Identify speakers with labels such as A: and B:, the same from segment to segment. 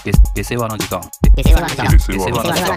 A: で世話の時間。
B: で世話の時間。
A: で世話の時間。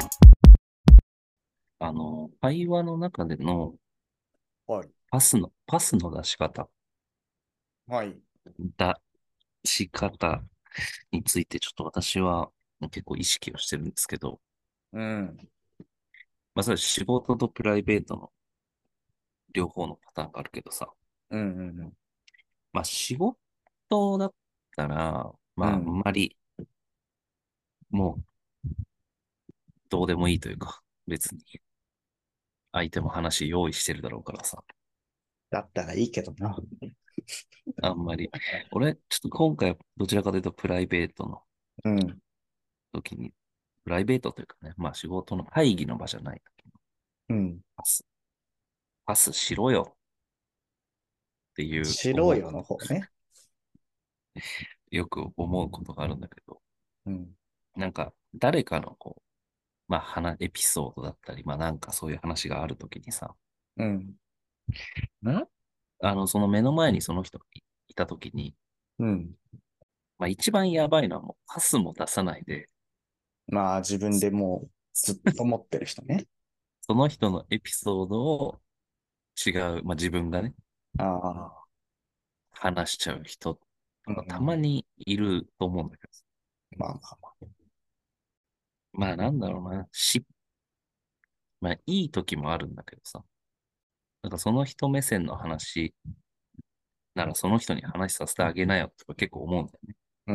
C: 会話の中での
B: はい。
C: パスの
B: はい。
C: 出し方についてちょっと私は結構意識をしてるんですけど、
B: うん。
C: まあそれ仕事とプライベートの両方のパターンがあるけどさ、
B: うんうん
C: まあ仕事だったら、まああん
B: うん。
C: まりもうどうでもいいというか、別に相手も話用意してるだろうからさ、
B: だったらいいけどな。
C: あんまり。俺、ちょっと今回はどちらかというとプライベートの
B: うん。
C: 時に、プライベートというかね、まあ仕事の会議の場じゃない時に
B: うん。
C: パス、パスしろよっていう
B: しろよ
C: 思うこと、
B: の方ね。
C: よく思うことがあるんだけど、
B: うん。
C: なんか誰かのまあエピソードだったり、まあなんかそういう話があるときにさ、
B: うん。
C: な、その目の前にその人がいたときに、
B: うん。
C: まあ一番やばいのはもうパスも出さないで、
B: まあ自分でもうずっと持ってる人ね。
C: その人のエピソードを違う、まあ自分がね、
B: ああ。
C: 話しちゃう人
B: う
C: とかたま
B: ん。
C: にいると思うんだけど、
B: まあまあま
C: まあなんだろうな、まあいい時もあるんだけどさ、なんかその人目線の話ならその人に話させてあげなよとか結構思うんだよね。
B: あ。うん。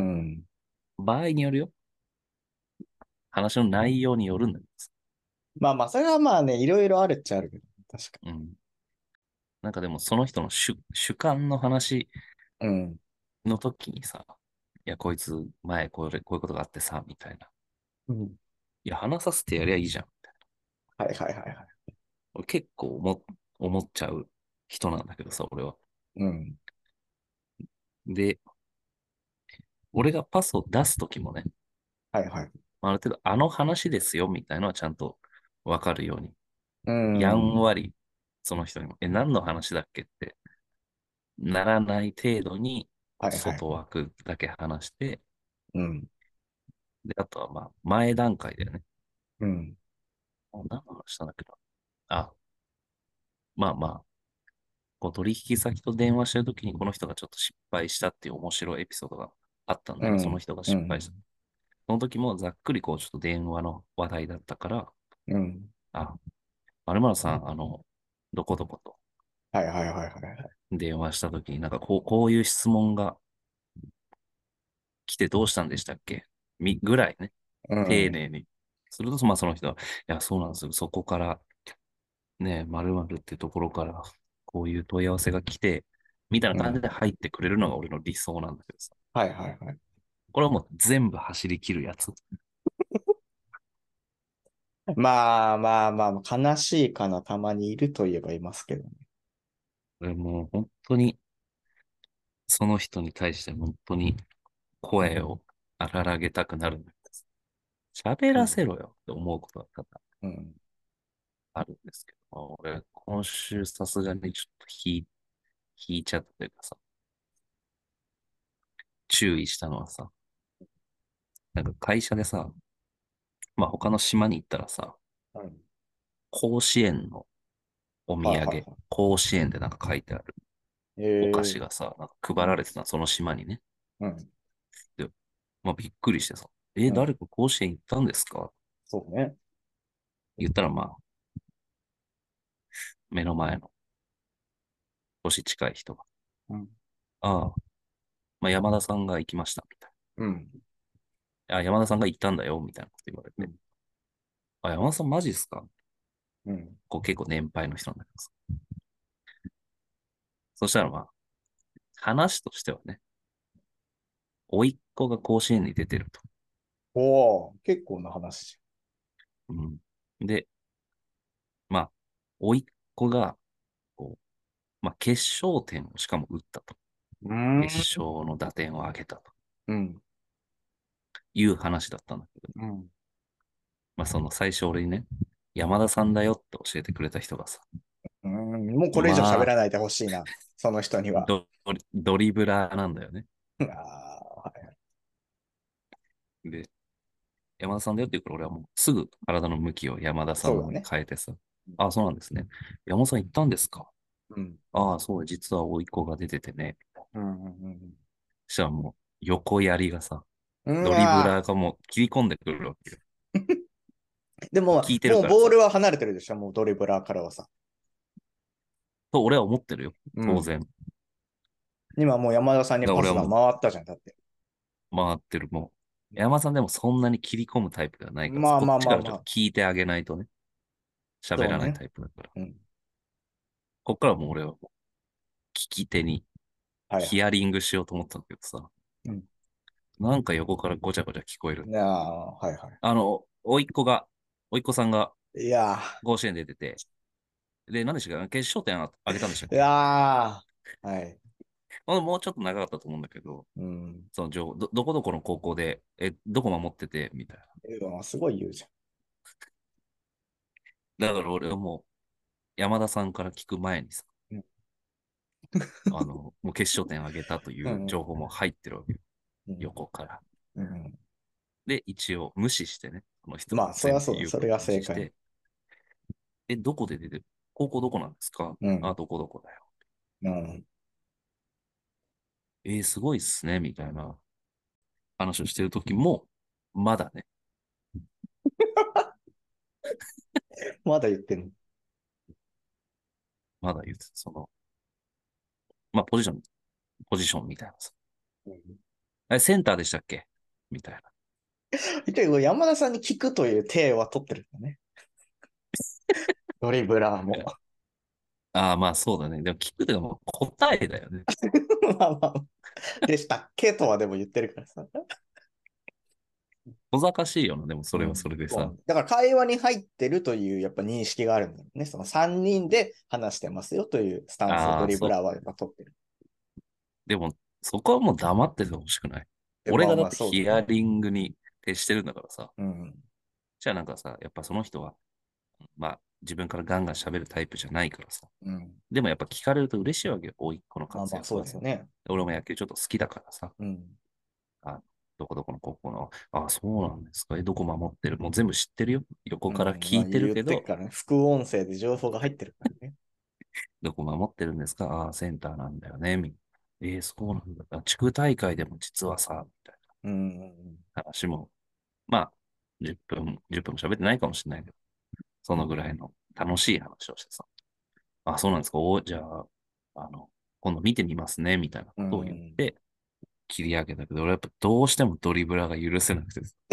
C: 場合によるよ。話の内容によるんだけどさ。
B: まあまあ、それはまあね、いろいろあるっちゃあるけど。確か
C: うん。なんかでもその人の主観の話
B: に。うん。
C: の時にさ、いや、こいつ前こういうことがあってさ、みたいな。
B: うん。
C: いや、話させてやりゃいいじゃん。みたいな。
B: はいはいはいはい。
C: 俺結構思っちゃう人なんだけどさ、俺は。
B: うん。
C: で、俺がパスを出す時もね、
B: はいはい。
C: ある程度あの話ですよ、みたいなのはちゃんとわかるように、
B: う
C: やん
B: ん。
C: わりその人にも、何の話だっけってならない程度に
B: はいはい。
C: 外枠だけ話して、
B: うん。
C: で、あとはまあ前段階だよね。
B: うん。
C: 何の話したんだっけど。あ、まあまあ、取引先と電話してるときにこの人がちょっと失敗したっていう面白いエピソードがあったんだよね。その
B: うん。
C: 人が
B: う
C: 失敗した。
B: ん。
C: その時もざっくりちょっと電話の話題だったから、
B: うん。
C: あ、〇〇さん、どこどこと
B: はいはいはいはいはい。
C: 電話した時になんかこういう質問が来てどうしたんでしたっけぐらいね。
B: うん。
C: 丁寧に。すると、まあその人は、いや、そうなんですよ。そこからね、〇〇ってところから、こういう問い合わせが来て、みたいな感じ
B: うん。
C: で入ってくれるのが俺の理想なんだけどさ。
B: はいはいはい。
C: これはもう全部走り切るやつ。
B: まあまあまあ、悲しいかな、たまにいるといえばいますけどね。
C: 俺もう本当に、その人に対して本当に声を荒げたくなるんだけど、喋ら
B: うん。
C: せろよって思うことが多々
B: うん。
C: あるんですけど、俺、今週さすがにちょっと引いちゃったというかさ、注意したのはさ、なんか会社でさ、まあ他の島に行ったらさ、
B: うん。
C: 甲子園のお土産、
B: はいはいは
C: 甲子園でなんか書いてある
B: い。
C: お菓
B: ええ。
C: 子がさ、なんか配ら
B: うん。
C: れてたの、その島にね。
B: うん。
C: で、まあびっくりしてさ、
B: うん。
C: 誰か甲子園行ったんですか
B: そうね。
C: 言ったらまあ、目の前の年近い人が、
B: うん。
C: ああ、まあ山田さんが行きました、みたい
B: うん。
C: な。あ、山田さんが行ったんだよ、みたいなこと言われて。
B: うん。
C: あ、山田さんマジっすか
B: うん。
C: 結構年配の人なんだけどさ。そしたらまあ、話としてはね、甥っ子が甲子園に出てると。
B: おお、結構な話。
C: うん。で、まあ、甥っ子が、まあ、決勝点をしかも打ったと。
B: うー
C: 決
B: ん。
C: 勝の打点を上げたと
B: うん。
C: いう話だったんだけど、
B: うん。
C: まあ、その最初俺にね、山田さんだよって教えてくれた人がさ、
B: うん。もうこれ以上
C: まあ、
B: 喋らないでほしいな。その人には。
C: ドリブラーなんだよね。
B: ああ、はい。
C: で、 山田さんだよって言うから、俺はもうすぐ体の向きを山田さんの方に変えてさ、あ、そうなんですね。山田さん行ったんですか？
B: うん。
C: ああ、そう、実は甥っ子が出ててね。
B: うんうん
C: そしたらもう横槍がさ、
B: うん。う
C: ドリブラ
B: わ
C: ーがもう切り込んでくるわけよ。
B: でも、
C: 聞いてる
B: もう
C: からさ。
B: ボールは離れてるでしょ、もうドリブラーからはさ。
C: と俺は思ってるよ。
B: うん。
C: 当然。
B: 今もう山田さんにパスが
C: だから俺はもう
B: 回ったじゃん、だって。
C: 回ってる。もう、山田さんでもそんなに切り込むタイプではないからさ、
B: まあまあ
C: こっちからちょっと
B: まあまあ。
C: 聞いてあげないとね、喋らない
B: そうね。
C: タイプだから。
B: うん。
C: こっからもう俺はもう聞き手に
B: はいはい。
C: ヒアリングしようと思ったんだけどさ、
B: うん。
C: なんか横からごちゃごちゃ聞こえる。
B: いやー、はいは
C: 甥っ子さんが
B: い。いや
C: 甲子園で出てて、で、何でしたっけ決勝点あげたんでしたっ
B: ー、い
C: け？
B: やー、はい。
C: もうちょっと長かったと思うんだけど、
B: うん。
C: その情報、どこどこの高校で、どこ守ってて、みたい
B: すごい言うじ
C: な。だから俺はもう山田さんから聞く前にさ、
B: ゃん。
C: もう決勝点あげたとい
B: うん。
C: う情報も入ってるわけよ。
B: うん。
C: 横から。
B: うん。
C: で、一応無視してね、この人
B: まあ、
C: の
B: そりゃそうだ。
C: 全部言うこ
B: それが正解。
C: と無視して、どこで出てる？高校どこなんですか？あ、
B: うん。
C: どこどこだよ。
B: うん。
C: すごいっすね、みたいな話をしてるときも、まだね、
B: まだ言ってんの。
C: まだ言ってた、まあ、ポジションみたいなさ。
B: うん。
C: センターでしたっけみたいな。
B: 一応山田さんに聞くという体は取ってるんだね。ドリブラーも。
C: ああ、まあそうだね。でも聞くというかもう答えだよね。
B: まあまあ、でしたっけとはでも言ってるからさ。
C: 小賢しいよな、でもそれは
B: うん。
C: それでさ。
B: そうだから会話に入ってるというやっぱ認識があるんだよね。その3人で話してますよというスタンスをド
C: ああ、
B: リブラーはやっぱ取ってる。
C: でも、そこはもう黙っててほしくない？俺がだ
B: まあまあ
C: ってヒア
B: そうだね。
C: リングに徹してるんだからさ。
B: うん。
C: じゃあなんかさ、やっぱその人は、まあ自分からガンガン喋るタイプじゃないからさ。
B: うん。
C: でもやっぱ聞かれると嬉しいわけよ。甥っ子の
B: まあまあそう
C: 活躍がさ。
B: だよね。
C: 俺も野球ちょっと好きだからさ。
B: うん。
C: あ、どこどこの高校の、あ、そうなんですか。どこ守ってる？もう全部知ってるよ。横から
B: うん。まあ
C: 聞いてる
B: 言っ
C: けど、
B: てるからね。副音声で情報が入ってるからね。
C: どこ守ってるんですか？センターなんだよね。そうなんだ。地区大会でも実はさ、みたい
B: うん。
C: な話も、まあ、10分も喋ってないかもしれないけど、そのぐらいの楽しい話をしてさ、そうなんですか。じゃあ、今度見てみますね、みたいな
B: う
C: ことを言っ
B: ん。
C: て、切り上げたけど、俺やっぱどうしてもドリブラーが許せなくてさ、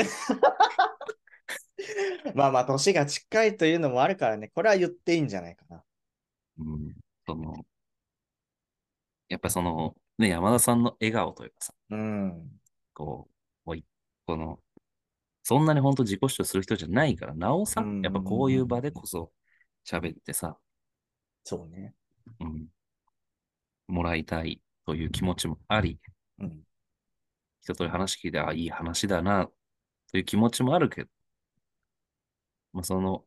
B: まあまあ、年が近いというのもあるからね。これは言っていいんじゃないかな。
C: うん、やっぱね、山田さんの笑顔というかさ、
B: うん。
C: こう、この、そんなに本当自己主張する人じゃないから、なおさ、
B: うん。
C: やっぱこういう場でこそ喋ってさ、
B: そうね。
C: うん、もらいたいという気持ちもあり、
B: うん。
C: 一通り話聞いて、いい話だな、という気持ちもあるけど、まあ、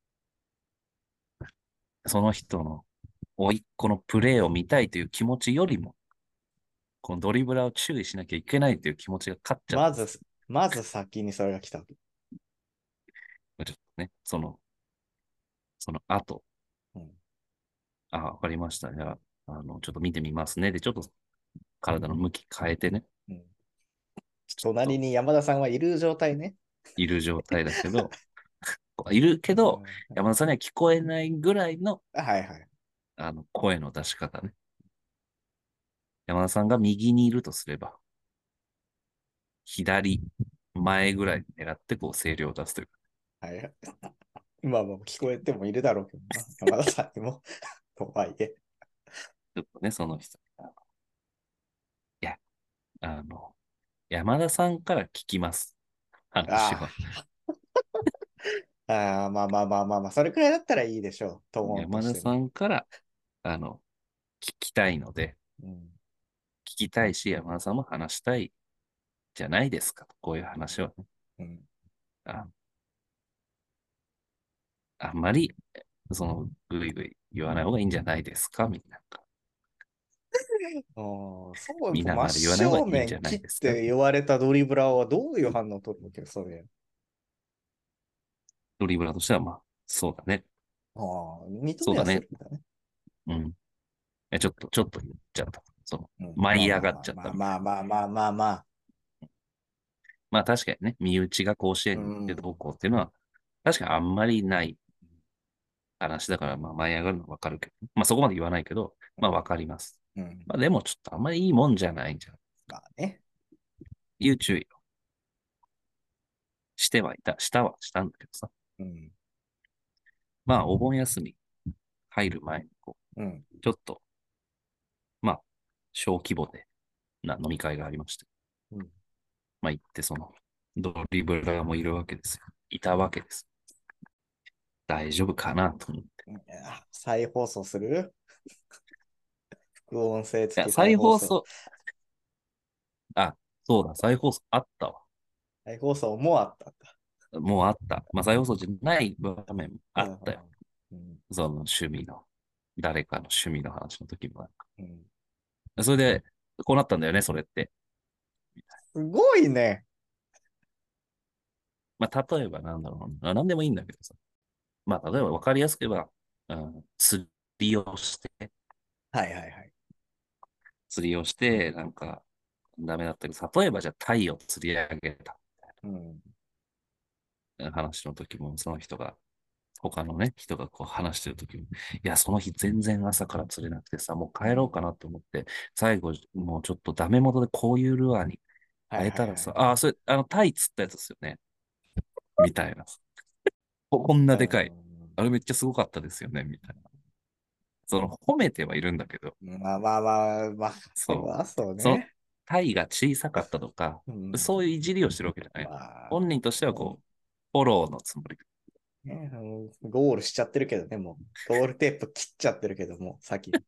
C: その人の甥っ子のプレーを見たいという気持ちよりも、このドリブラーを注意しなきゃいけないという気持ちが勝っちゃってさ、
B: まず先にそれが来た。
C: ちょっとね、その後、
B: うん。
C: わかりました。じゃあ、ちょっと見てみますね。で、ちょっと体の向き変えてね、
B: うん。
C: ちょっと
B: 隣に山田さんはいる状態ね。
C: いる状態だけど、いるけ
B: うん。
C: ど、山田さんには聞こえないぐらいの、
B: はいはい。
C: 声の出し方ね。山田さんが右にいるとすれば、左前ぐらい狙ってこう声量を出すというか、
B: はいはい。まあもう聞こえてもいるだろうけどな。山田さんにも。とはいえ。
C: ちょっとね、その人、いや、あの、山田さんから聞きます。話
B: あ
C: は。
B: あ。ああ、まあまあまあまあまあ、それくらいだったらいいでしょう。トーンと
C: 山田さ
B: しても。
C: んから、あの、聞きたいので、
B: うん。
C: 聞きたいし、山田さんも話したいじゃないですか。こういう話はね。
B: うん。
C: あ、あんまり、ぐいぐい言わない方がいいんじゃないですかみたいな。
B: そう、真
C: 皆まで言わない方がい
B: 正
C: いんじゃ
B: 面切っ
C: ないですか？
B: て言われたドリブラーはどういう反応を取るのけど、それ。
C: ドリブラーとしては、まあ、そうだね。
B: ああ、認めはす
C: そうだね。
B: るんだね。
C: うん。ちょっと言っちゃった。
B: うん。
C: 舞
B: まあ
C: い上がっちゃっ
B: まあまあまあ
C: たみたいな。
B: まあまあまあまあまあ。
C: まあ確かにね、身内が甲子
B: う
C: 園に行って
B: ん。
C: どうこうっていうのは、確かにあんまりない話だから、まあ舞い上がるのはわかるけど、まあそこまで言わないけど、まあわかります。
B: うん。
C: まあでもちょっとあんまりいいもんじゃないんじゃん。
B: まあね。
C: いう注意をしてはいた。したんだけどさ。
B: うん。
C: まあお盆休み入る前に
B: うん。
C: ちょっと、まあ、小規模でな飲み会がありまして。
B: うん。
C: まあ行ってドリブラーもいるわけですよ。いたわけです。大丈夫かなと思って。
B: いや、再放送する副音声
C: いや、
B: 付き再
C: 再
B: 放送。
C: 放送、あ、そうだ、再放送あったわ。
B: 再放送もあったんだ。
C: もうあった。まあ、再放送じゃない場面もあ
B: うん。
C: ったよ。
B: うん。
C: その趣味の、誰かの趣味の話の時も。
B: うん。
C: それで、こうなったんだよね、それって。
B: すごいね。
C: まあ、例えばなんだろうな。なんでもいいんだけどさ。まあ、例えば分かりやすく言えば、釣りをして、
B: はいはいはい。
C: 釣りをして、なんか、ダメだったけど、例えばじゃあ、タイを釣り上げた
B: うん。
C: 話の時も、その人が、他のね、人がこう話してる時も、いや、その日全然朝から釣れなくてさ、もう帰ろうかなと思って、最後、もうちょっとダメ元でこういうルアーに
B: はい
C: 変えたらさ、
B: はいはい。
C: あ、それ、タイ釣ったやつですよね。みたいな。こんな
B: う
C: でかい。
B: ん。
C: あれめっちゃすごかったですよね。みたいな。褒めてはいるんだけど、
B: まあまあまあ、まあ、そ
C: そう。
B: うだ、そう
C: その、
B: ね。
C: タイが小さかったとか、
B: うん。
C: そういういじりをしてるわけじゃない。
B: まあ、
C: 本人としてはこう、フォローのつもり。
B: ね、ゴールしちゃってるけどね、もう。ゴールテープ切っちゃってるけども、先に。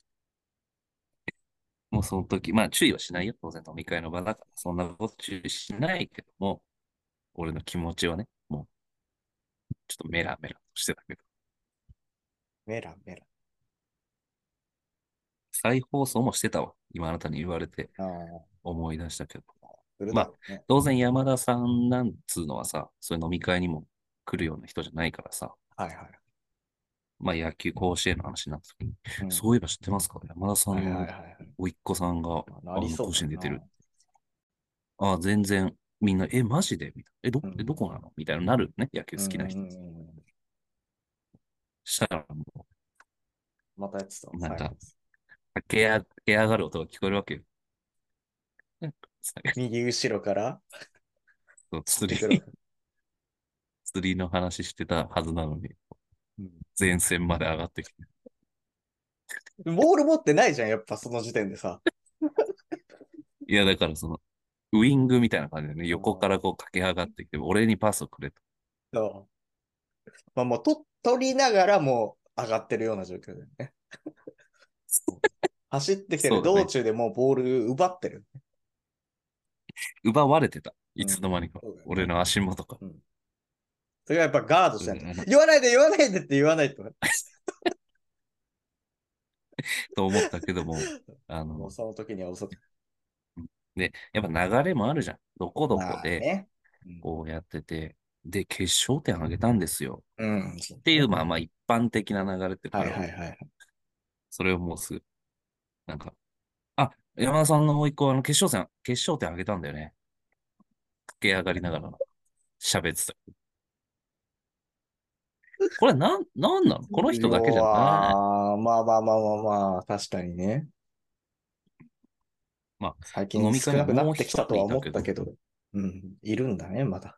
C: もうその時、まあ注意はしないよ。当然飲み会の場だから、そんなこと注意しないけども、俺の気持ちはね、もうちょっとメラメラとしてたけど、
B: メラメラ。
C: 再放送もしてたわ。今あなたに言われて
B: ああ、
C: 思い出したけど。
B: する
C: まあ、
B: だろうね。
C: 当然山田さんなんつうのはさ、そういう飲み会にも来るような人じゃないからさ、
B: はいはい。
C: まあ野球甲子園の話になった時に、
B: うん。
C: そういえば知ってますか山田さ
B: はいはい
C: んの
B: はいはい。
C: 甥っ子さんが、
B: なりそ
C: 甲
B: うだよな。
C: 子園出てる。ああ、全然、みんな、マジでみたいな。ど
B: うん。
C: こなのみたいになるね。野球
B: うんうんう
C: 好きな人。
B: ん。
C: したらも
B: またやってたわ、
C: う、なんか、
B: 再放送。
C: 駆け上がる音が聞こえるわけよ。なんか
B: 右後ろから
C: そう
B: 出てくるわけ。
C: 釣りの話してたはずなのに、
B: うん。
C: 前線まで上がってきて。
B: ボール持ってないじゃん、やっぱその時点でさ。
C: いや、だからウイングみたいな感じでね、
B: うん。
C: 横からこう駆け上がってきて、俺にパスをくれと。
B: そう。まあもう取りながらもう上がってるような状況だよね。
C: そう
B: 走ってきてる
C: そうだね。
B: 道中でもうボール奪ってる。
C: 奪われてた。い
B: うん。
C: つの間にか。
B: そうだよね。
C: 俺の足元か。
B: うん。それがやっぱガードしないと。
C: うん
B: 言わないで言わないでって言わないと。
C: と思ったけども、
B: もうその時には遅く。
C: で、やっぱ流れもあるじゃん。どこどこで
B: まあね。うん。
C: こうやってて、で、決勝点あげたんですよ。
B: うん。そう
C: っていう、
B: ね。
C: まあまあ一般的な流れっていうの
B: はい
C: があるわけ。
B: はいはい。
C: それをもうすぐ、なんか、あ、山田さんの甥っ子は決勝点あげたんだよね。駆け上がりながら喋ってた。これなんなのこの人だけじゃない。
B: まあまあまあまあまあ、確かにね。
C: ま
B: 最
C: あ、飲み会に
B: 近少なくなってき
C: もう一
B: たとは思
C: 人いたけど、
B: ったけど、うん、いるんだね、まだ。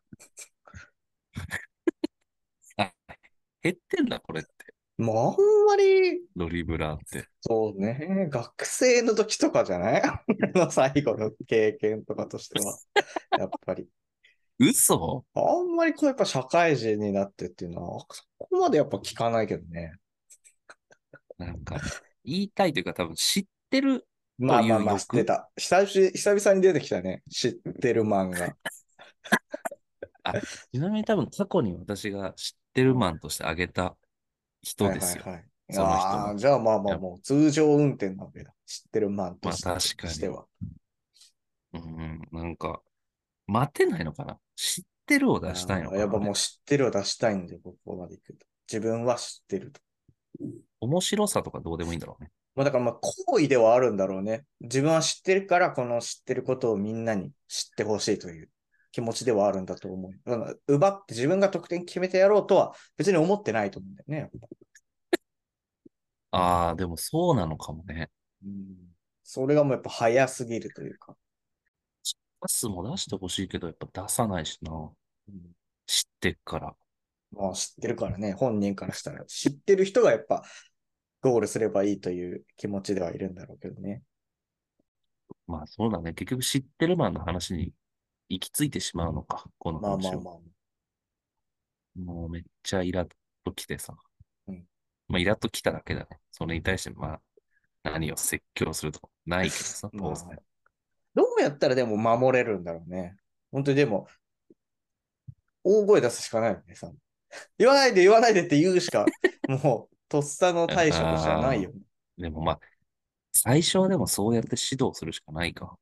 C: あ、減ってんだ、これって。
B: もうあんまり、
C: ドリブラーって。
B: そうね、学生の時とかじゃない最後の経験とかとしては。やっぱり。
C: 嘘
B: あんまりこうやっぱ社会人になってっていうのは、そこまでやっぱ聞かないけどね。
C: なんか、言いたいというか多分知ってるとい
B: まあまあまあ、知って
C: う欲
B: た。久々に出てきたね。知ってる漫画。
C: あ、ちなみに多分過去に私が知ってるマンとしてあげた人
B: はい
C: ですよ。
B: はいはい。
C: その人の。
B: じゃあまあまあ
C: や
B: もう通常運転なわけだ。知ってるマンと
C: まあ
B: し
C: 確かに。
B: しては。
C: うん、なんか、待てないのかな知っってるを出したいのかな。
B: やっぱもう知ってるを出したいんで、ここまで行くと。自分は知ってると。
C: 面白さとかどうでもいいんだろうね。
B: まあだからまあ行為ではあるんだろうね。自分は知ってるから、この知ってることをみんなに知ってほしいという気持ちではあるんだと思う。奪って自分が得点決めてやろうとは別に思ってないと思うんだよね。やっぱ
C: ああ、でもそうなのかもね。
B: うん、それがもうやっぱ早すぎるというか。
C: パスも出してほしいけど、やっぱ出さないしな。
B: うん、
C: 知ってっから。
B: まあ知ってるからね、本人からしたら知ってる人がやっぱゴールすればいいという気持ちではいるんだろうけどね。
C: まあそうだね。結局知ってるマンの話に行き着いてしまうのか。この話を。
B: まあまあまあ。
C: もうめっちゃイラッときてさ。
B: うん、
C: まあイラッときただけだね。それに対してまあ何を説教するとかないけどさ、当然。
B: まあ、どうやったらでも守れるんだろうね。本当にでも、大声出すしかないよね、さ。言わないで言わないでって言うしか、もう、とっさの対処としてはない
C: ああ、
B: よね。
C: でもまあ、最初はでもそうやって指導するしかないか。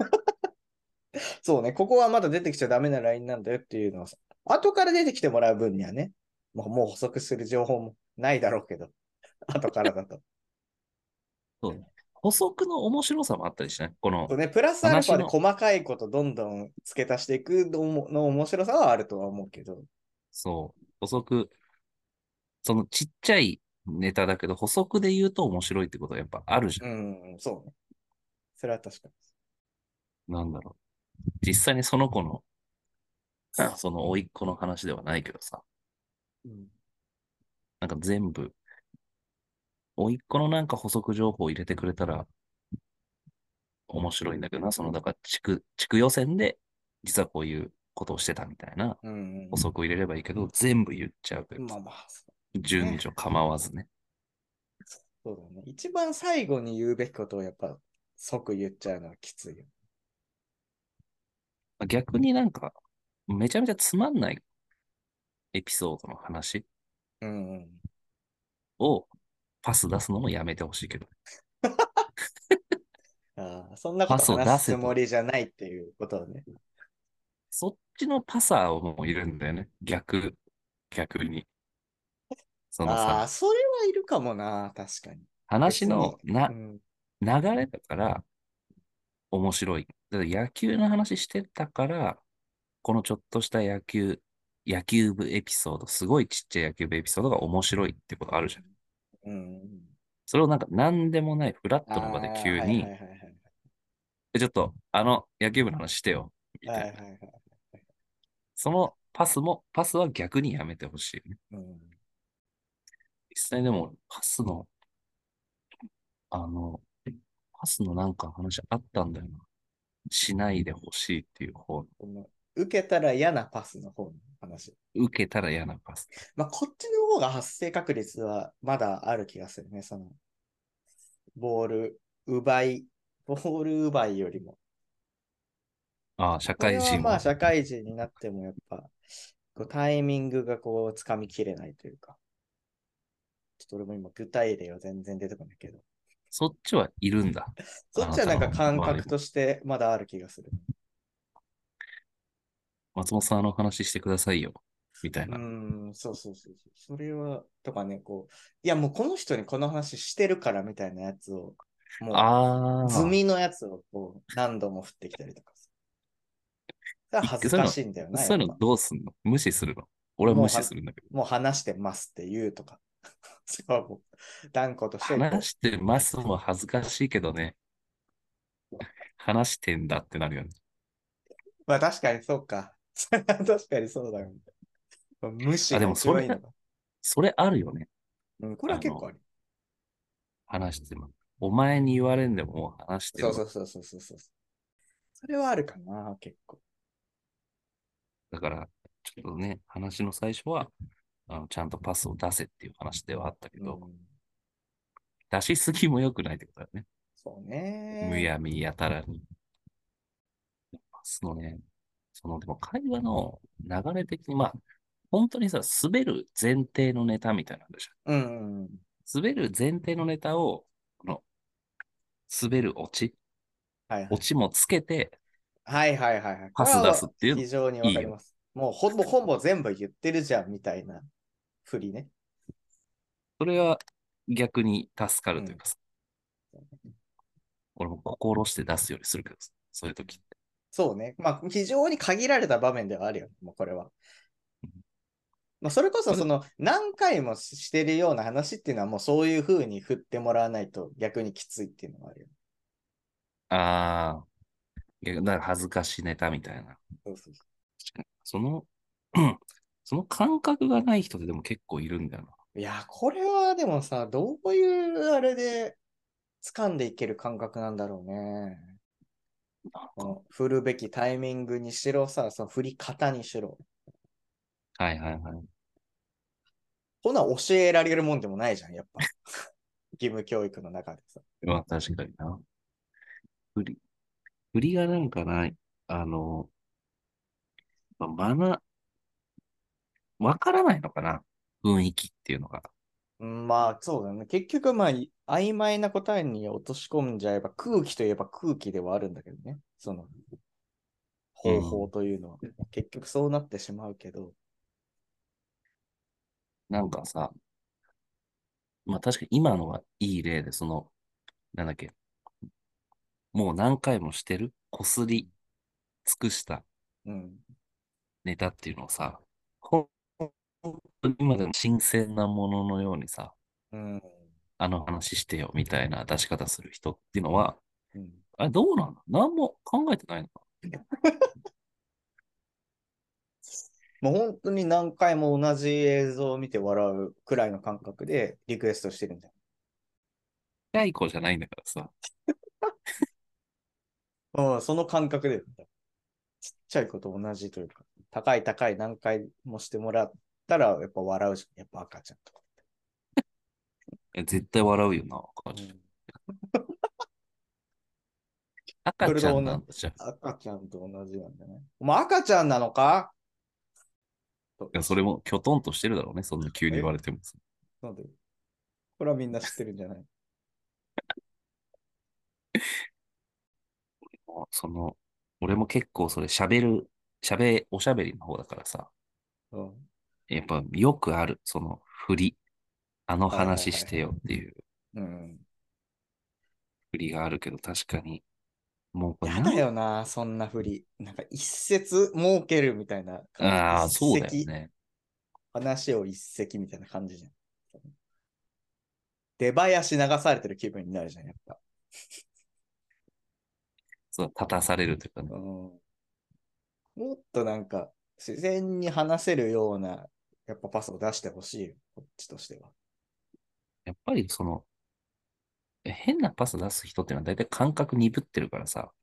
B: そうね、ここはまだ出てきちゃダメなラインなんだよっていうのはさ、後から出てきてもらう分にはね、もう補足する情報もないだろうけど、後からだと。
C: そうね。補足の面白さもあったりしないこの
B: そうね、プラスアルファで
C: 話の、
B: 細かいことどんどん付け足していくの面白さはあるとは思うけど。
C: そう、補足、そのちっちゃいネタだけど、補足で言うと面白いってことはやっぱあるじ
B: うん、そうね。それは確か
C: ゃん。なんだろう。実際にその子の、その甥っ子の話ではないけどさ、
B: に。うん、
C: なんか全部、甥っ子のなんか補足情報を入れてくれたら面白いんだけどな。その、だから地区予選で、実はこういうことをしてたみたいな
B: うん、
C: 補足を入れればいいけど、全部言っちゃうけど、
B: まあまあ、そうね。
C: 順序構わずね。
B: そうだね。一番最後に言うべきことをやっぱ即言っちゃうのはきついよ。
C: 逆になんか、めちゃめちゃつまんないエピソードの話
B: うん、うん。
C: をパス出すのもやめてほしいけど、
B: ああ、そんなこ
C: パスを
B: と話
C: 出せと。
B: すつもりじゃないっていうことをね。
C: そっちのパサーもいるんだよね。逆に。その
B: ああ、
C: さ、
B: それはいるかもな、確かに。別に。
C: 話の
B: うん。
C: 流れだから面白い。だから野球の話してたから、このちょっとした野球部エピソード、すごいちっちゃい野球部エピソードが面白いってことあるじゃん。
B: うん。
C: それをなんか何でもないフラッ
B: ああ、
C: トの場で急
B: はいはい
C: に、
B: はいはい。
C: ちょっとあの野球部の話してよ、み
B: はいはい
C: たいな。
B: はい。
C: そのパスは逆にやめてほしいね。
B: うん。
C: 実際でも、あの、パスのなんか話あったんだよな。しないでほしいっていう方、
B: この受けたら嫌なパスの方の話。
C: 受けたら嫌なパス。
B: まあ、こっちの方が発生確率はまだある気がするね。その、ボール奪い、ボール奪いよりも。
C: ああ、社
B: これは
C: 会人は。
B: まあ社会人になってもやっぱ、こうタイミングがこう掴みきれないというか。ちょっと俺も今具体例は全然出てこないけど。
C: そっちはいるんだ。
B: そっちはなんか
C: あなたの
B: 感覚
C: 周りも。
B: としてまだある気がする。
C: 松本さんの話してくださいよ。みたいな。
B: そうそうそうそう。それは、とかね、こう、いやもうこの人にこの話してるからみたいなやつを、もう、済
C: ああ、
B: みのやつをこう、何度も振ってきたりとかさ。それは恥ずか
C: そういう
B: しいんだよな、や
C: そういうの
B: っぱ。
C: どうすんの無視するの俺は無視
B: もうは、
C: するんだけど。
B: もう話してますって言うとか。それはもう、断固としてこ
C: 話してますも恥ずかしいけどね。話してんだってなるよね。
B: う。まあ確かにそうか。それは確かにそうだよね。無視
C: あ、で
B: が
C: もそれ、
B: 一番いいのか。
C: それあるよね。
B: うん、これは
C: あの、
B: 結構ある。
C: 話してます。お前に言われんでももう話してるわ。
B: そうそうそうそうそうそう。それはあるかな、結構。
C: だから、ちょっとね、話の最初は、ちゃんとパスを出せっていう話ではあったけど、
B: うん。
C: 出しすぎも良くないってことだよね。
B: そうね。
C: むやみやたらに。パスのね、でも会話の流れ的に、まあ、本当にさ、滑る前提のネタみたいなんでしょ。
B: うん。
C: 滑る前提のネタを、この、滑る
B: はいはい。
C: オチもつけて、
B: はいはいはいはい。こ
C: パス出す
B: れは
C: っていうの
B: 非常にわ
C: いいよ。
B: かります。 もうほぼ全部言ってるじゃんみたいな振りね。
C: それは逆に助か
B: うん。
C: るというかさ、俺も心して出すようにするけどさ、そういう時って。
B: そうね。まあ、非常に限られた場面ではあるよ。もうこれは。まあ、それこそ、
C: それ、
B: 何回もしてるような話っていうのは、もうそういう風に振ってもらわないと逆にきついっていうのはあるよ。
C: ああ、だから恥ずかしネタみたいな。
B: そうそうそ
C: 確かにその、その感覚がない人ってでも結構いるんだよな。
B: う。いや、これはでもさ、どういうあれで掴んでいける感覚なんだろうね。
C: なんか、
B: この振るべきタイミングにしろさ、その振り方にしろ。
C: はいはいはい。
B: こんなん教えられるもんでもないじゃん、やっぱ。義務教育の中でさ。
C: まあ確かにな。振り、振りがなんかない。あの、まあ、わからないのかな雰囲気っていうのが。
B: うん、まあ、そうだね。結局、まあ、曖昧な答えに落とし込んじゃえば、空気といえば空気ではあるんだけどね。その方法
C: うん。
B: というのは。結局そうなってしまうけど。
C: なんかさ、まあ確かに今のはいい例で、なんだっけ、もう何回もしてるこすり尽くした
B: うん。
C: ネタっていうのをさ、本当に今でも新鮮なもののようにさ、
B: うん。
C: あの話してよみたいな出し方する人っていうのは、
B: うん。
C: あれどうなんだ何も考えてないのか
B: もう本当に何回も同じ映像を見て笑うくらいの感覚でリクエストしてるんだよ。
C: な。いい子じゃないんだからさ。
B: うん、その感覚で。ちっちゃい子と同じというか、高い高い何回もしてもらったら、やっぱ笑うじゃん。やっぱ赤ちゃんとか。
C: 絶対笑うよな、赤ちゃん。
B: うん。
C: 赤ちゃ
B: それと
C: んなんだじゃん。い
B: 赤ちゃんと同じなんじゃないお前赤ちゃんなのかと
C: や、
B: 一緒。
C: それもきょとんとしてるだろうね。そんな急に言われてもさ。
B: なんでこれはみんな知ってるんじゃない
C: その、俺も結構それおしゃべりの方だからさ、
B: うん。
C: やっぱよくある、振り、あの
B: はいはい
C: 話
B: はいはい。
C: してよっていう
B: うん。
C: 振りがあるけど、確かに、もうこれ
B: やだよな、そんなふり。なんか一節設けるみたいな感じ。一
C: ああ、そうだよ
B: 席、
C: ね。
B: 話を一席みたいな感じじゃん。出囃子流されてる気分になるじゃん、やっぱ。
C: 立たされるというかね。
B: うん。もっとなんか、自然に話せるような、やっぱパスを出してほしいよ、こっちとしては。
C: やっぱり変なパス出す人っていうのは大体感覚鈍ってるからさ、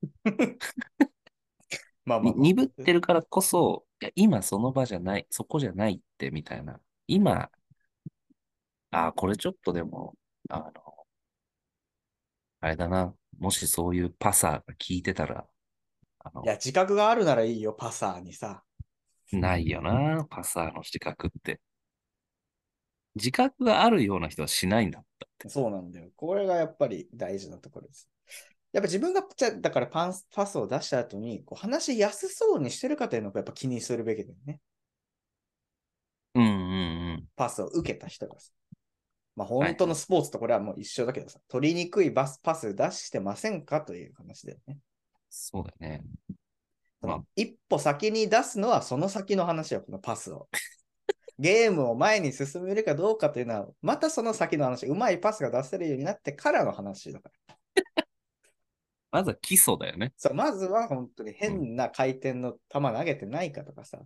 B: まあまあまあ。
C: 鈍ってるからこそ、いや、今その場じゃない、そこじゃないってみたいな。今、これちょっとでも、あの、あれだな。もしそういうパサーが聞いてたら、あ
B: いや、
C: の、
B: 自覚があるならいいよ、パサーにさ。
C: ないよな。パサーの自覚って。自覚があるような人はしないんだったって。
B: そうなんだよ。これがやっぱり大事なところです。やっぱ自分が、じゃだからパスを出した後に、こう話しやすそうにしてるかというのをやっぱ気にするべきだよね。
C: うんうんうん。
B: パスを受けた人がさ。まあ本当の
C: はいはい。
B: スポーツとこれはもう一緒だけどさ、取りにくいパス出してませんかという話だよね。
C: そうだね。
B: その
C: まあ、
B: 一歩先に出すのはその先の話よ、このパスを。ゲームを前に進めるかどうかというのは、またその先の話、うまいパスが出せるようになってからの話だから。
C: まずは基礎だよね。
B: そうまずは本当に
C: うん。
B: 変な回転の球投げてないかとかさ、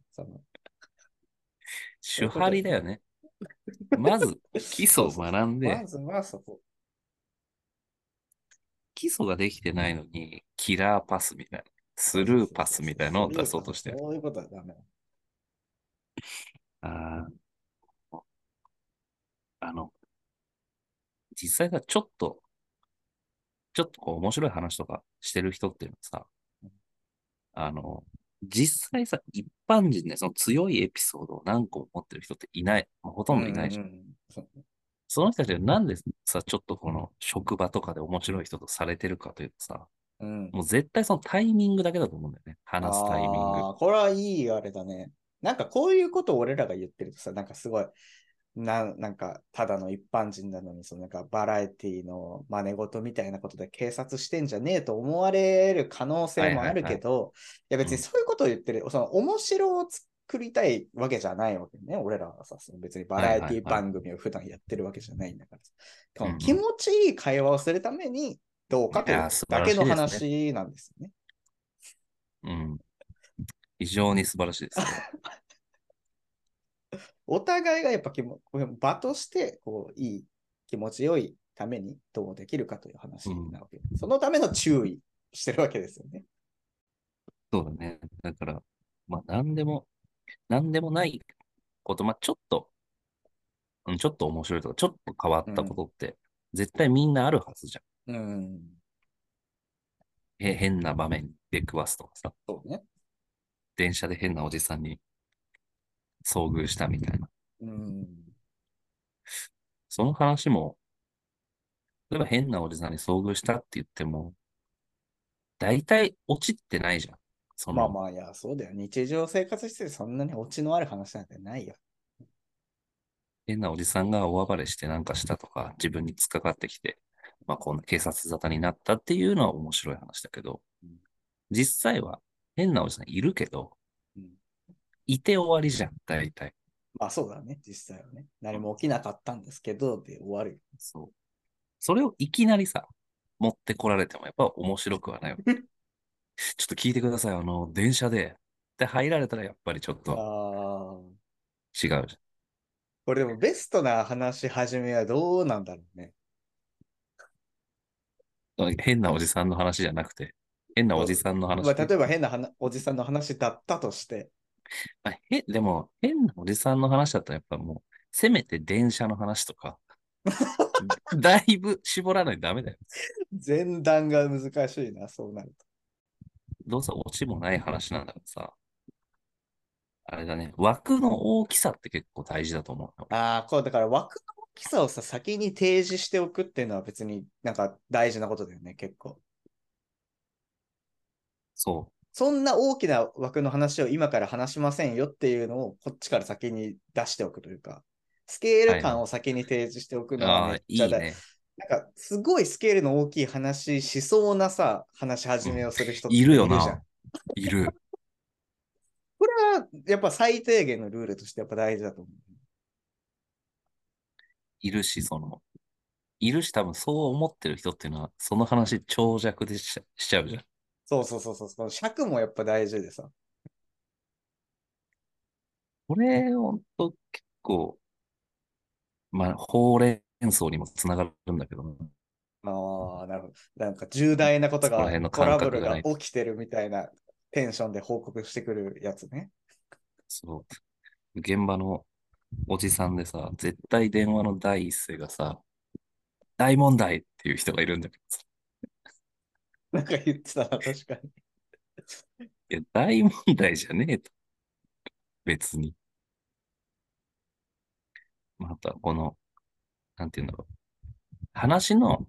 B: そういうこ
C: 手張
B: とよね。
C: りだよね。まず、基礎を
B: そうそうそう。
C: 学んで、
B: まずはそこ。
C: 基礎ができてないのに、キラーパスみたいな、ス
B: そうそう
C: ルー
B: そうそうそう。
C: パスみたいなのを出
B: スルーパス、
C: そうとしてる。
B: そういうことはダメ。
C: ああ、あの、実際さ、ちょっと面白い話とかしてる人っていうのはさ、あの、実際さ、一般人でその強いエピソードを何個も持ってる人っていない。まあ、ほと
B: うんう
C: んどいないじゃん。
B: んうん。
C: その人たちがなんでさ、ちょっとこの職場とかで面白い人とされてるかというとさ、
B: うん。
C: もう絶対そのタイミングだけだと思うんだよね。話すタイミング。
B: ああ、これはいいあれだね。なんかこういうことを俺らが言ってるとさ、なんかすごい、なんかただの一般人なのに、そのなんかバラエティの真似事みたいなことで警察してんじゃねえと思われる可能性もあるけど、いや別にそういうことを言ってる、その面白を作りたいわけじゃないわけね。俺らはさ、その別にバラエティ番組を普段やってるわけじゃないんだからさ。この気持ちいい会話をするためにどうかという
C: いや、素晴ら
B: だけの
C: しいですね。
B: 話なんですよね。
C: うん。非常に素晴らしいです、それは。
B: お互いがやっぱ場としてこういい気持ちよいためにどうできるかという話なわけ。そのための注意してるわけですよね。
C: そうだね。だから、まあ、なんでもないこと、まあ、ちょっと面白いとか、ちょっと変わったこ
B: うん。
C: とって、絶対みんなあるはずじゃん。
B: うん。
C: 変な場面で出くわすとかさ、
B: そうね。
C: 電車で変なおじさんに遭遇したみたいな。
B: うん。
C: その話も、例えば変なおじさんに遭遇したって言っても、大体落ちってないじゃん。その、
B: まあまあ、いや、そうだよ。日常生活しててそんなにオチのある話なんてないよ。
C: 変なおじさんが大暴れしてなんかしたとか、自分に突っかかってきて、まあ、こんな警察沙汰になったっていうのは面白い話だけど、
B: うん。
C: 実際は変なおじさんいるけど、
B: うん、
C: いて終わりじゃん、大体。
B: まあそうだね。実際はね。何も起きなかったんですけど、で終わるよ。
C: そう。それをいきなりさ、持ってこられてもやっぱ面白くはないわけ。ちょっと聞いてください、電車で。で、入られたらやっぱりちょっと
B: ああ。
C: 違うじ
B: これでもベストな話始めはどうなんだろうね。
C: ゃん。変なおじさんの話じゃなくて、変なおじ
B: そう。
C: さんの
B: まあ、
C: 話ね。
B: 例えば変なおじさんの話だったとして、
C: でも、変なおじさんの話だったらやっぱもう、せめて電車の話とか、だいぶ絞らないとダメだよ。
B: 前段が難しいな、そうなると。
C: どうせオチもない話なんだからさ、あれだね、枠の大きさって結構大事だと思うよ。
B: ああ、こう、だから枠の大きさをさ、先に提示しておくっていうのは別になんか大事なことだよね、結構。
C: そ
B: そんな大きな枠の話を今から話しませんよっていうのをこっちから先に出しておくというか、スケー
C: う。
B: ル
C: はいはい。
B: 感を先に提示しておくのはめ
C: ああ、
B: っちゃ大。
C: いいね。
B: なんか、すごいスケールの大きい話しそうなさ、話し始
C: うん。
B: めをする人っ
C: いるよな。
B: ているじゃん。
C: いる。
B: これはやっぱ最低限のルールとしてやっぱ大事だと思う。
C: いるし、いるし多分そう思ってる人っていうのは、その話長尺でしちゃうじゃん。
B: そうそうそうそう。その尺もやっぱ大事でさ。
C: これ、ほんと結構、まあ、ほうれん草にもつながるんだけど、
B: ああ、なるほど。なんか重大なこと
C: そこら
B: が、
C: 辺の感
B: トラブル
C: 覚がないと。
B: が起きてるみたいなテンションで報告してくるやつね。
C: そう。現場のおじさんでさ、絶対電話の第一声がさ、大問題っていう人がいるんだけどさ、
B: なんか言ってたな、確かに。
C: いや、大問題じゃねえと。別に。また、なんていうんだろう。話の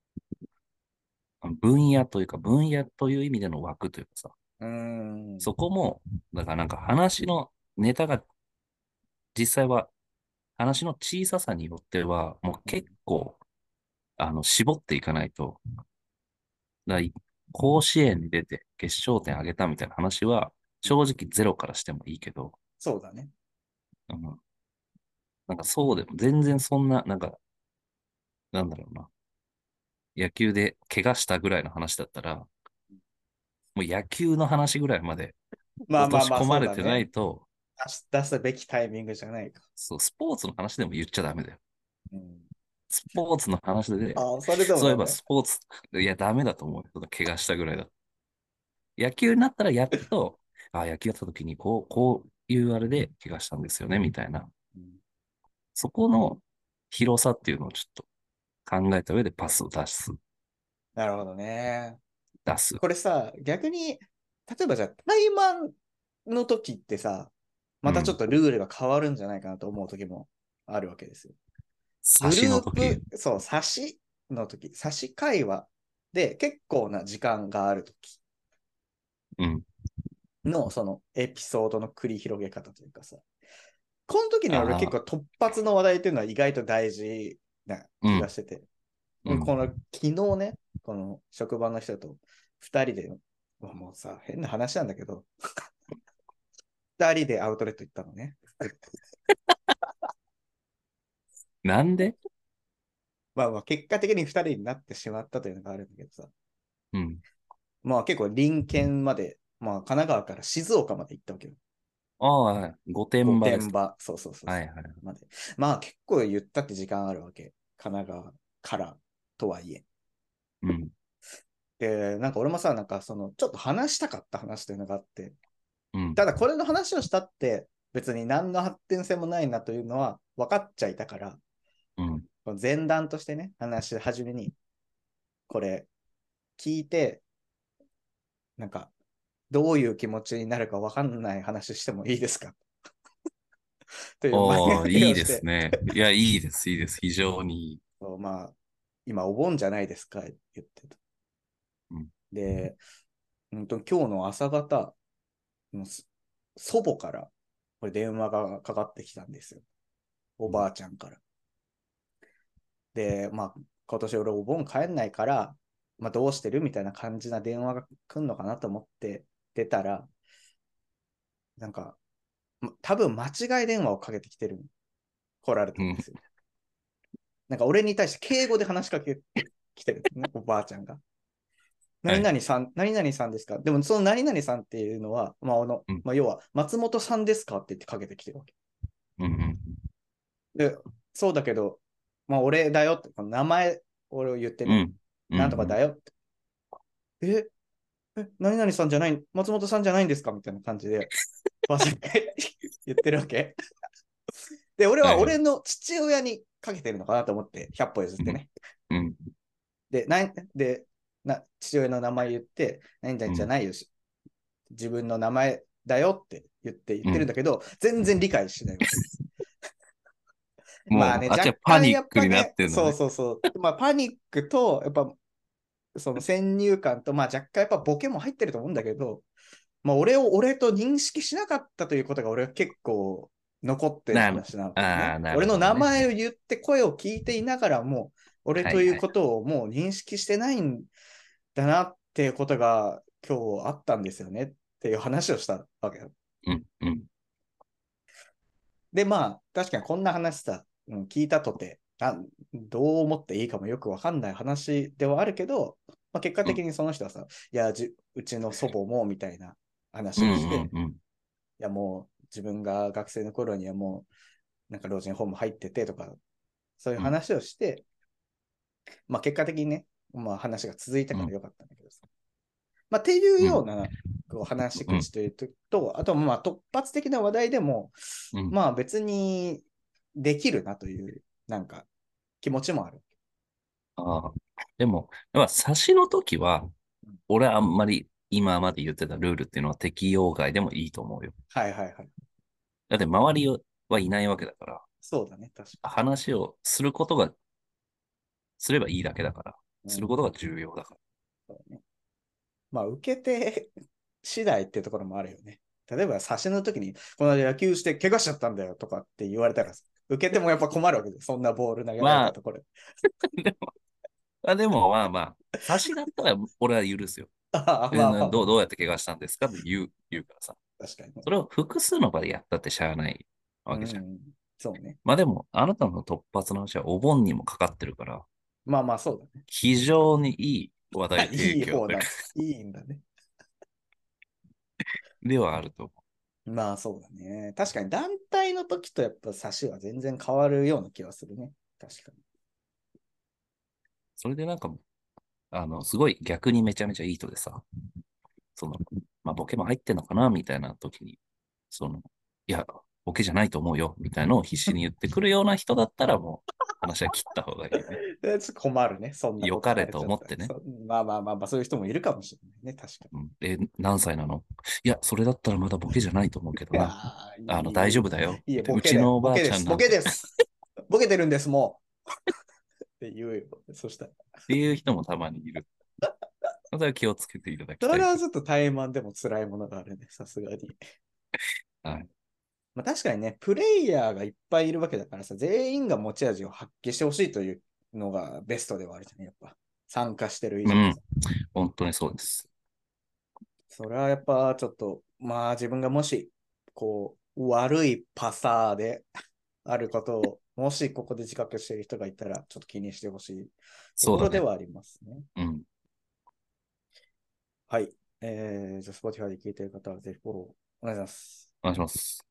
C: 分野というか、分野という意味での枠というかさ、
B: うーん。
C: そこも、だからなんか話のネタが実際は話の小ささによっては、もう結構、絞っていかないと、だから甲子園に出て決勝点上げたみたいな話は、正直ゼロからしてもいいけど、
B: そうだね。
C: うん、なんかそうでも、全然そんな、なんか、なんだろうな、野球で怪我したぐらいの話だったら、もう野球の話ぐらいまで落とし
B: まあまあまあ、
C: 込まれてな
B: そうだね。
C: いと、
B: 出すべきタイミングじゃないか。
C: そう、スポーツの話でも言っちゃダメだよ。
B: うん、
C: スポーツの話で、
B: ああ、それでも
C: そういえば
B: ダメ。
C: スポーツ、いや、ダメだと思うよ。その怪我したぐらいだ。野球になったらやっと、野球やった時にこういうあれで怪我したんですよね、みたいな。
B: うん、
C: そこの広さっていうのをちょっと考えた上でパスを
B: なるほどね。
C: 出す。
B: これさ、逆に、例えばじゃあ、対マンの時ってさ、またちょっ
C: うん。
B: とルールが変わるんじゃないかなと思う時もあるわけですよ。
C: 差
B: グル
C: しの時。
B: ープ、そう、差しの時、差し会話で、結構な時間があるとき
C: うん。
B: のそのエピソードの繰り広げ方というかさ、この時に俺結構
C: あ
B: 突発の話題っていうのは意外と大事な気がしてて、
C: うん。
B: この昨日ね、この職場の人と2人で、もうさ、変な話なんだけど、2人でアウトレット行ったのね。
C: なんで？
B: まあまあ結果的に2人になってしまったというのがあるんだけどさ、
C: うん。
B: まあ結構隣県まで、まあ神奈川から静岡まで行ったわけよ。
C: ああ、御殿
B: 御
C: 場ですか。
B: 殿場、そうそうそうそう、
C: はいはい。
B: まで。まあ結構言ったって時間あるわけ。神奈川からとはいえ。
C: うん。
B: で、なんか俺もさ、なんかその、ちょっと話したかった話というのがあって、
C: うん。
B: ただこれの話をしたって別に何の発展性もないなというのは分かっちゃいたから、
C: うん。
B: この前段としてね、話し始めに、これ聞いて、なんか、どういう気持ちになるか分かんない話してもいいですかという前
C: ああ、
B: 置き
C: いい
B: をして、
C: ですね。いや、いいです、いいです。非常にいい。
B: そうまあ、今お盆じゃないですか、言ってた。
C: うん。
B: で、今日の朝方、祖母からこれ電話がかかってきたんですよ。おばあちゃんから。で、まあ、今年俺お盆帰んないから、まあ、どうしてるみたいな感じな電話が来るのかなと思って出たら、なんか、多分間違い電話をかけてきてる、来られた
C: うん。
B: んですよ。なんか俺に対して敬語で話しかけてきてるんですね、おばあちゃんが。
C: はい。
B: 何々さんですか？でもその何々さんっていうのは、
C: うん。
B: 要は松本さんですかって言ってかけてきてるわけ。
C: うん。
B: で、そうだけど、まあ俺だよって、この名前、俺を言ってね、
C: うん。うん。
B: なんとか
C: うん。
B: だよって。何々さんじゃない、松本さんじゃないんですかみたいな感じで、ばさ言ってるわけ。で、俺
C: はいはい。
B: は俺の父親にかけてるのかなと思って、100歩譲っ
C: うん。
B: てね。
C: うん。
B: で、父親の名前言って、何々
C: うん。
B: じゃないよし、自分の名前だよって言っ
C: うん。
B: てるんだけど、全然理解しないわけ。まあ
C: もう、
B: ね、
C: あっちは
B: 若干や
C: パニックになっ
B: っぱね、そう
C: てんのね。
B: そうそう。まあパニックと、やっぱその先入観と、まあ若干やっぱボケも入ってると思うんだけど、まあ俺を俺と認識しなかったということが俺は結構残ってる話なわけよね。
C: ああ、な
B: 俺の
C: るほどね。はい
B: 名前を言って声を聞いていながらも、俺という
C: はいはい。
B: ことをもう認識してないんだなっていうことが今日あったんですよねっていう話をしたわけよ。
C: うん。うん。
B: で、まあ確かにこんな話さ、聞いたとて、どう思っていいかもよくわかんない話ではあるけど、まあ、結果
C: うん。
B: 的にその人はさ、いや、うちの祖母もみたいな
C: うん。
B: 話をして、
C: うん。
B: いやもう自分が学生の頃にはもうなんか老人ホーム入っててとか、そういう
C: うん。
B: 話をして、まあ結果的にね、まあ話が続いた
C: うん。
B: からよかったんだけどさ。まあっていう
C: うん。
B: ようなこう話し
C: うん。
B: 口というと、あとまあ突発的な話題でも、
C: うん。
B: まあ別にできるなというなんか気持ちもある。
C: ああ。でも、まあ、差しの時は、俺はあんまり今まで言ってたルールっていうのは適用外でもいいと思うよ。
B: はいはいはい。
C: だって周りはいないわけだから、
B: そうだね、確か
C: 話をすることが、すればいいだけだから、
B: に。
C: することが重要だか
B: そうね、まあ受けて次第っていうところもあるよね。例えば差しの時に、この間野球して怪我しちゃったんだよとかって言われたら、受けてもやっぱ困るわけで、そんなボール投げ
C: ら。
B: られ
C: まあ、
B: たところで。
C: でもまあまあ、差しだったら俺は許すよ。
B: ああ、まあまあまあ、
C: どうやって怪我したんですかって言うからさ。
B: 確かにね。
C: それを複数の場でやったってしゃあないわけじゃん。
B: うん、そうね。
C: まあでも、あなたの突発の話はお盆にもかかってるから、
B: まあまあそうだね。
C: 非常にいい話題提供で、
B: いい方だ。いいんだね。
C: ではあると思
B: まあそうだね。確かに団体の時とやっぱ差しは全然変わるような気はするね。確かに。
C: う。それでなんか、すごい逆にめちゃめちゃいい人でさ、その、まあボケも入ってんのかなみたいな時に、その、いや、ボケじゃないと思うよ、みたいなのを必死に言ってくるような人だったらもう話は切った方がいいよね。
B: ちょっと困るね。そんなこと
C: 良かれと
B: されちゃったら。
C: 思ってね。
B: まあまあまあまあ、そういう人もいるかもしれないね。確かに。
C: うん、何歳なの？いや、それだったらまだボケじゃないと思うけど
B: いや
C: な。
B: ー、いい、
C: 大丈
B: いい、
C: 夫だよ。
B: いい、
C: みたいな。
B: ボケで、
C: うちのおばあ
B: ボケです、ボケ
C: ちゃんなんて。っ
B: です。ボケてるんです、もう。って言うよ。そしたら。
C: ていう人もたまにいる。 それは気をつけていただきたい。
B: それはちょっと怠慢でも辛いものがあるね、さすがに。
C: はい。
B: まあ、確かにね、プレイヤーがいっぱいいるわけだからさ、全員が持ち味を発揮してほしいというのがベストではあるじゃん、やっぱ。参加してる以
C: うん
B: 上さ。。
C: 本当にそうです。
B: それはやっぱちょっと、まあ自分がもし、こう、悪いパサーであることを、もしここで自覚している人がいたら、ちょっと気にしてほしいと
C: そうだね。
B: ころではありますね。
C: うん。
B: はい。じゃあ、Spotify で聞いている方はぜひフォローお願いします。
C: お願いします。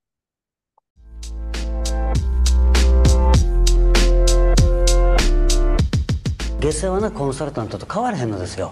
D: 下世話なコンサルタントと変わらへんのですよ。